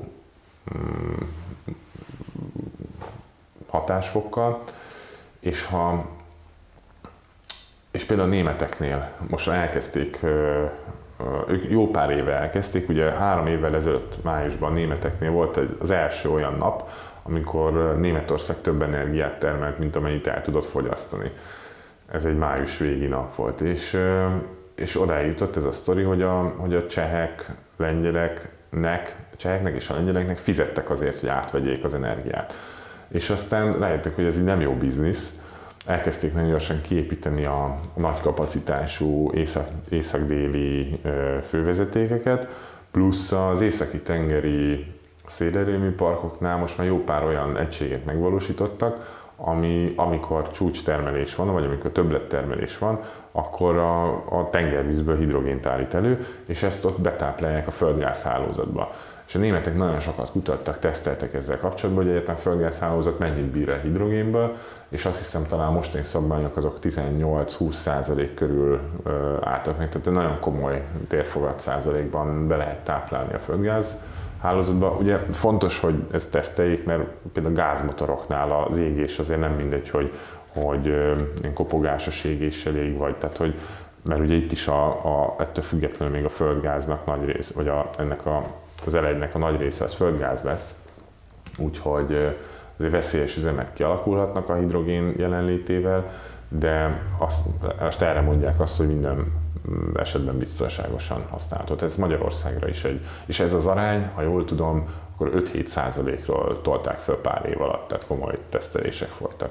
hatásfokkal, és például a németeknél most elkezdték, ők jó pár éve elkezdték, ugye 3 évvel ezelőtt májusban a németeknél volt az első olyan nap, amikor Németország több energiát termelt, mint amennyit el tudott fogyasztani. Ez egy május végi nap volt, és odáig jutott ez a sztori, hogy a cseheknek és a lengyeleknek fizettek azért, hogy átvegyék az energiát. És aztán rájöttek, hogy ez így nem jó biznisz. Elkezdték nagyon gyorsan kiépíteni a nagy kapacitású észak-déli fővezetékeket, plusz az északi tengeri szélerőmű parkoknál most már jó pár olyan egységet megvalósítottak, amikor csúcstermelés van, vagy amikor többlettermelés van, akkor a tengervízből hidrogént állít elő, és ezt ott betáplálják a földgázhálózatba. És a németek nagyon sokat kutattak, teszteltek ezzel kapcsolatban, hogy egyáltalán földgázhálózat mennyit bír el hidrogénből, és azt hiszem talán mostani szabványok azok 18-20% körül álltak meg, tehát nagyon komoly térfogat százalékban be lehet táplálni a földgáz hálózatba. Ugye fontos, hogy ezt teszteljék, mert például a gázmotoroknál az égés azért nem mindegy, hogy ilyen kopogásos égéssel ég vagy, tehát hogy, mert ugye itt is ettől függetlenül még a földgáznak nagy rész, vagy az elegynek a nagy része az földgáz lesz, úgyhogy azért veszélyes üzemek kialakulhatnak a hidrogén jelenlétével, de azt erre mondják azt, hogy minden esetben biztonságosan használható. Ez Magyarországra is és ez az arány, ha jól tudom, akkor 5-7%-ról tolták föl pár év alatt, tehát komoly tesztelések voltak.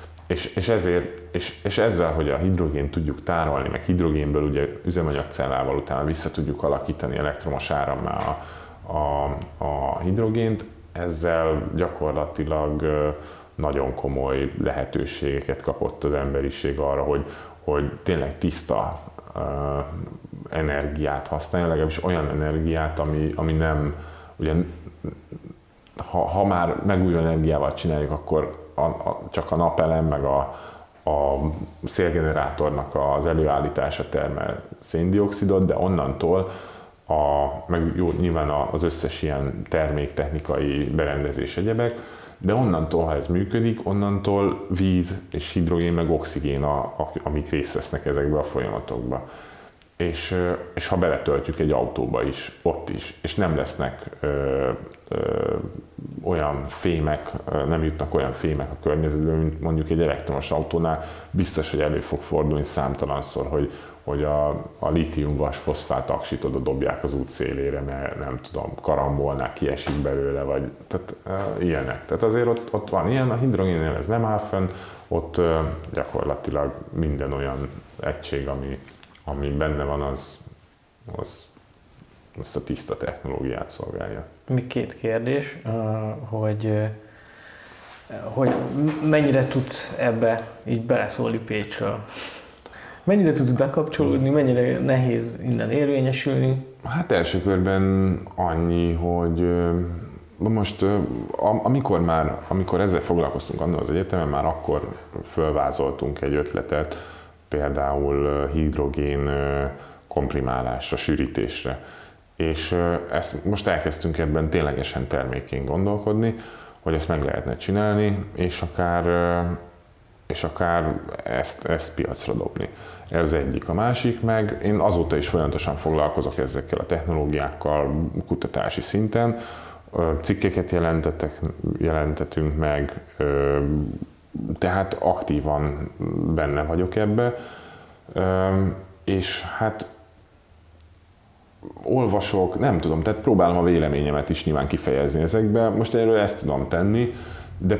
És ezzel, hogy a hidrogént tudjuk tárolni, meg hidrogénből ugye üzemanyagcellával utána vissza tudjuk alakítani elektromos árammá a hidrogént, ezzel gyakorlatilag nagyon komoly lehetőségeket kapott az emberiség arra, hogy tényleg tiszta energiát használja, legalábbis olyan energiát, ami nem, ugye, ha már megújuló energiával csináljuk, akkor csak a napelem, meg a szélgenerátornak az előállítása termel széndioxidot, de onnantól meg jó, nyilván az összes ilyen terméktechnikai berendezés egyebek, de onnantól, ha ez működik, onnantól víz és hidrogén meg oxigén, amik részt vesznek ezekbe a folyamatokba. És ha beletöltjük egy autóba is, ott is, és nem lesznek olyan fémek, nem jutnak olyan fémek a környezetbe, mint mondjuk egy elektromos autónál, biztos, hogy elő fog fordulni számtalanszor, hogy a lítium-vas foszfát aksit oda dobják az út szélére, mert nem tudom, karambolnák, kiesik belőle, vagy tehát ilyenek. Tehát azért ott van ilyen, a hidrogénnél ez nem áll fönn, ott gyakorlatilag minden olyan egység, ami benne van, az azt a tiszta technológiát szolgálja. Még 2 kérdés, hogy mennyire tudsz ebbe így beleszólni Pécsről? Mennyire tudsz bekapcsolódni, mennyire nehéz innen érvényesülni? Hát első körben annyi, hogy most amikor ezzel foglalkoztunk annól az egyetemen, már akkor fölvázoltunk egy ötletet, például hidrogén komprimálásra, sűrítésre. És ezt most elkezdtünk ebben ténylegesen termékén gondolkodni, hogy ezt meg lehetne csinálni, és akár ezt piacra dobni. Ez egyik. A másik meg, én azóta is folyamatosan foglalkozok ezekkel a technológiákkal kutatási szinten, cikkeket jelentetünk meg, tehát aktívan benne vagyok ebbe, és hát olvasok, nem tudom, tehát próbálom a véleményemet is nyilván kifejezni ezekbe. Most erről ezt tudom tenni, de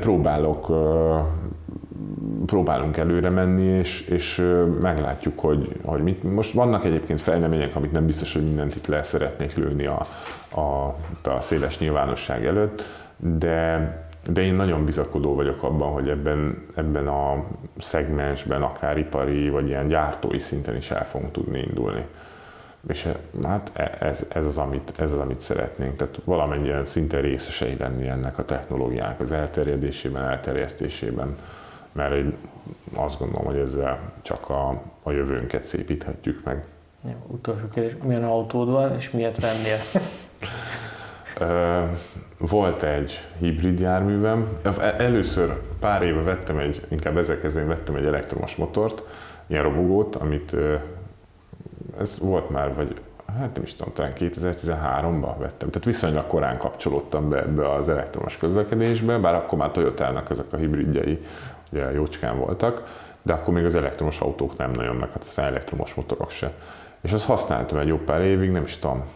próbálunk előre menni, és meglátjuk, hogy mit. Most vannak egyébként fejlemények, amit nem biztos, hogy mindent itt le szeretnék lőni a széles nyilvánosság előtt, de én nagyon bizakodó vagyok abban, hogy ebben a szegmensben, akár ipari, vagy ilyen gyártói szinten is el fogunk tudni indulni. És hát ez az, amit szeretnénk, tehát valamennyien szinte részesei lenni ennek a technológiának az elterjedésében, elterjesztésében, mert azt gondolom, hogy ezzel csak a jövőnket szépíthetjük meg. Jó, utolsó kérdés, milyen autód van, és miért vennél? Volt egy hibrid járművem. Először pár éve vettem inkább ezzel kezdeni, vettem egy elektromos motort, ilyen robogót, amit ez volt már, vagy hát nem is tudom, talán 2013-ban vettem. Tehát viszonylag korán kapcsolódtam be ebbe az elektromos közlekedésbe, bár akkor már Toyotának ezek a hibridjei ugye jócskán voltak, de akkor még az elektromos autók nem nagyon, meg hát aztán elektromos motorok se. És azt használtam egy jó pár évig, nem is tudom,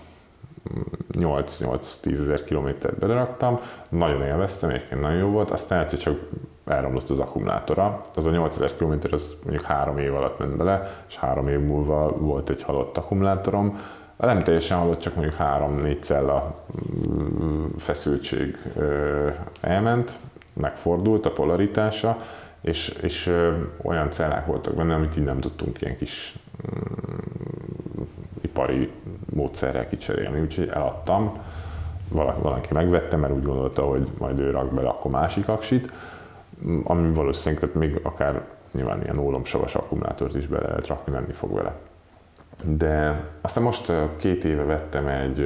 8-10 ezer kilométert beleraktam, nagyon élveztem, egyébként nagyon jó volt, aztán egyszer csak elromlott az akkumulátora. Az a 8000 km az mondjuk 3 év alatt ment bele, és 3 év múlva volt egy halott akkumulátorom. Nem teljesen halott, csak mondjuk 3-4 cella feszültség elment, megfordult a polaritása, és olyan cellák voltak benne, amit így nem tudtunk ilyen kis ipari módszerrel kicserélni, úgyhogy eladtam. Valaki megvette, mert úgy gondolta, hogy majd ő rak bele akkor másik aksit, ami valószínűleg, tehát még akár nyilván ilyen ólomsavas akkumulátort is bele lehet rakni, menni fog vele. De aztán most 2 éve vettem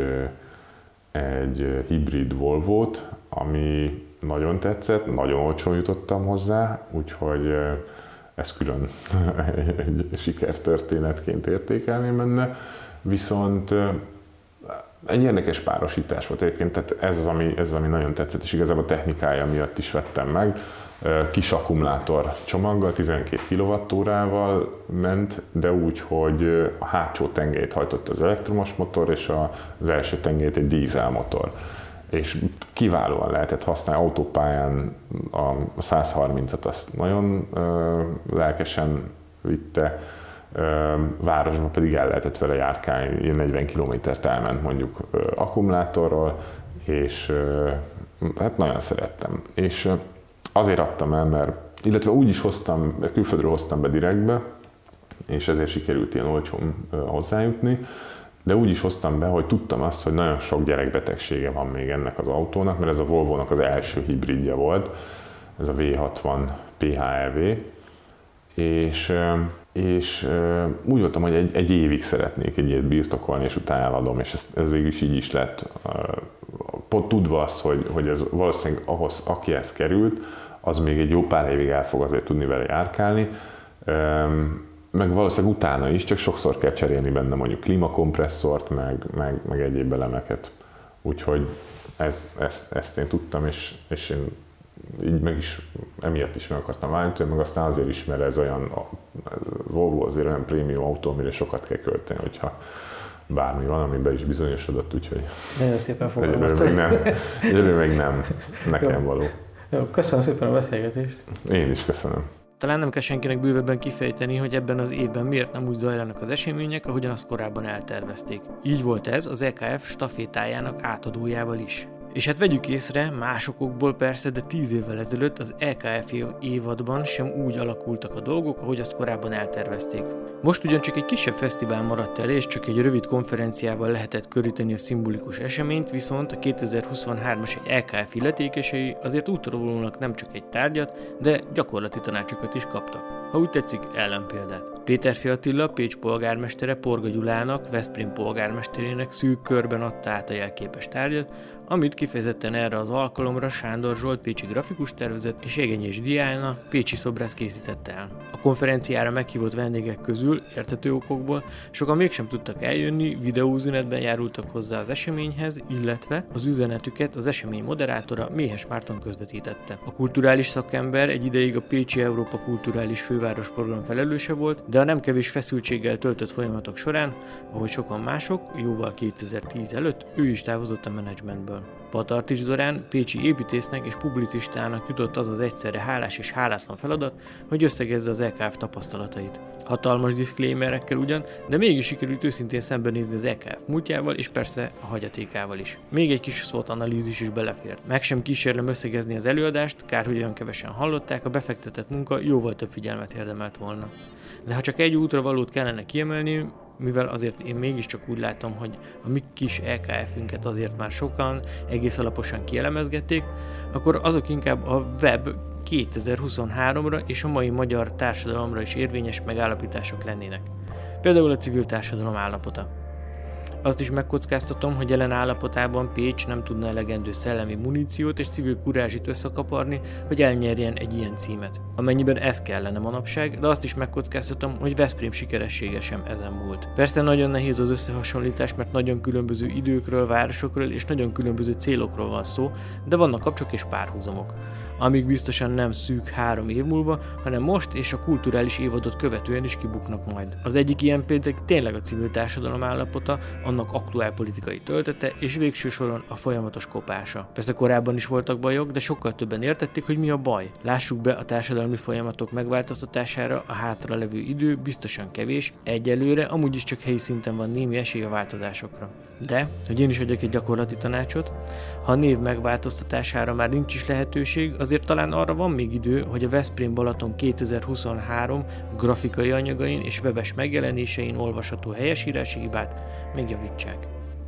egy hibrid Volvót, ami nagyon tetszett, nagyon olcsón jutottam hozzá, úgyhogy ezt külön egy sikertörténetként értékelném benne. Viszont egy érdekes párosítás volt egyébként, tehát ez az, ami nagyon tetszett, és igazából a technikája miatt is vettem meg. Kis akkumulátor csomaggal, 12 kWh-val ment, de úgy, hogy a hátsó tengelyt hajtott az elektromos motor, és az első tengelyt egy dízelmotor. És kiválóan lehetett használni autópályán, a 130-at azt nagyon lelkesen vitte, városban pedig el lehetett vele járkálni, 40 kilométert elment mondjuk akkumulátorról, és hát nagyon szerettem. És azért adtam el, mert, illetve úgy is hoztam, külföldről hoztam be direktbe, és ezért sikerült ilyen olcsón hozzájutni, de úgy is hoztam be, hogy tudtam azt, hogy nagyon sok gyerekbetegsége van még ennek az autónak, mert ez a Volvo-nak az első hibridje volt, ez a V60 PHEV, és úgy voltam, hogy egy évig szeretnék egy ilyet birtokolni, és utána eladom, és ez végül is így is lett. Pont tudva azt, hogy ez valószínűleg ahhoz, akihez került, az még egy jó pár évig el fog azért tudni vele járkálni, meg valószínűleg utána is, csak sokszor kell cserélni benne mondjuk klímakompresszort, meg egyéb elemeket. Úgyhogy ezt én tudtam, és én így meg is, emiatt is meg akartam válni, meg aztán azért is, mert ez olyan, a Volvo azért olyan prémium autó, amire sokat kell költeni, hogyha bármi van, amiben is bizonyosodott, úgyhogy nagyon szépen fogalmaztad. Egyelőre még nem nekem való. Jó, köszönöm szépen a beszélgetést. Én is köszönöm. Talán nem kell senkinek bővebben kifejteni, hogy ebben az évben miért nem úgy zajlanak az események, ahogyan azt korábban eltervezték. Így volt ez az EKF stafétájának átadójával is. És hát vegyük észre, másokból persze, de 10 évvel ezelőtt az EKF évadban sem úgy alakultak a dolgok, ahogy azt korábban eltervezték. Most ugyancsak egy kisebb fesztivál maradt el, és csak egy rövid konferenciával lehetett köríteni a szimbolikus eseményt, viszont a 2023-as EKF illetékesei azért útravalónak nem csak egy tárgyat, de gyakorlati tanácsokat is kaptak. Ha úgy tetszik, ellenpéldát. Péterfi Attila, Pécs polgármestere Porga Gyulának, Veszprém polgármesterének szűk körben adta át a jelképes tárgyat, amit kifejezetten erre az alkalomra Sándor Zsolt pécsi grafikus tervezett és Égenyés Diana pécsi szobrász készítette el. A konferenciára meghívott vendégek közül érthető okokból sokan mégsem tudtak eljönni, videóüzenetben járultak hozzá az eseményhez, illetve az üzenetüket az esemény moderátora Méhes Márton közvetítette. A kulturális szakember egy ideig a Pécsi Európa Kulturális Főváros program felelőse volt, de a nem kevés feszültséggel töltött folyamatok során, ahogy sokan mások, jóval 2010 előtt, ő is távozott a menedzsmentből. Patartis Zorán pécsi építésznek és publicistának jutott az egyszerre hálás és hálátlan feladat, hogy összegezze az EKF tapasztalatait. Hatalmas diszklémerekkel ugyan, de mégis sikerült őszintén szembenézni az EKF múltjával és persze a hagyatékával is. Még egy kis SWOT-analízis is belefért. Meg sem kísérlem összegezni az előadást, kár hogy olyan kevesen hallották, a befektetett munka jóval több figyelmet érdemelt volna. De ha csak egy útra valót kellene kiemelni, mivel azért én mégiscsak úgy látom, hogy a mi kis EKF-ünket azért már sokan egész alaposan kielemezgették, akkor azok inkább a web 2023-ra és a mai magyar társadalomra is érvényes megállapítások lennének. Például a civil társadalom állapota. Azt is megkockáztatom, hogy jelen állapotában Pécs nem tudna elegendő szellemi muníciót és civil kurázsit összekaparni, hogy elnyerjen egy ilyen címet. Amennyiben ez kellene manapság, de azt is megkockáztatom, hogy Veszprém sikeressége sem ezen múlt. Persze nagyon nehéz az összehasonlítás, mert nagyon különböző időkről, városokról és nagyon különböző célokról van szó, de vannak kapcsok és párhuzamok. Amíg biztosan nem szűk 3 év múlva, hanem most és a kulturális évadot követően is kibuknak majd. Az egyik ilyen például tényleg a civil társadalom állapota, annak aktuál politikai töltete és végső soron a folyamatos kopása. Persze korábban is voltak bajok, de sokkal többen értették, hogy mi a baj. Lássuk be, a társadalmi folyamatok megváltoztatására a hátralevő idő biztosan kevés, egyelőre amúgy is csak helyi szinten van némi esély a változásokra. De, hogy én is adjak egy gyakorlati tanácsot, ha a név megváltoztatására már nincs is lehetőség, azért talán arra van még idő, hogy a Veszprém Balaton 2023 grafikai anyagain és webes megjelenésein olvasható helyesírási hibát még javítsák.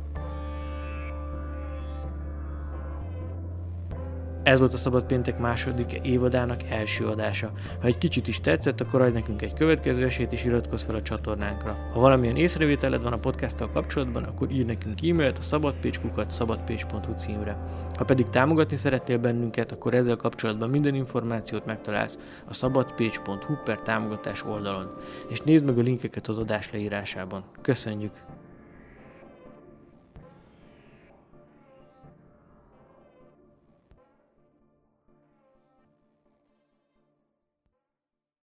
Ez volt a Szabad Péntek második évadának első adása. Ha egy kicsit is tetszett, akkor adj nekünk egy következő esélyt és iratkozz fel a csatornánkra. Ha valamilyen észrevételed van a podcasttal kapcsolatban, akkor írj nekünk e-mailt a szabadpécs@szabadpécs.hu címre. Ha pedig támogatni szeretnél bennünket, akkor ezzel kapcsolatban minden információt megtalálsz a szabadpécs.hu/támogatás oldalon. És nézd meg a linkeket az adás leírásában. Köszönjük!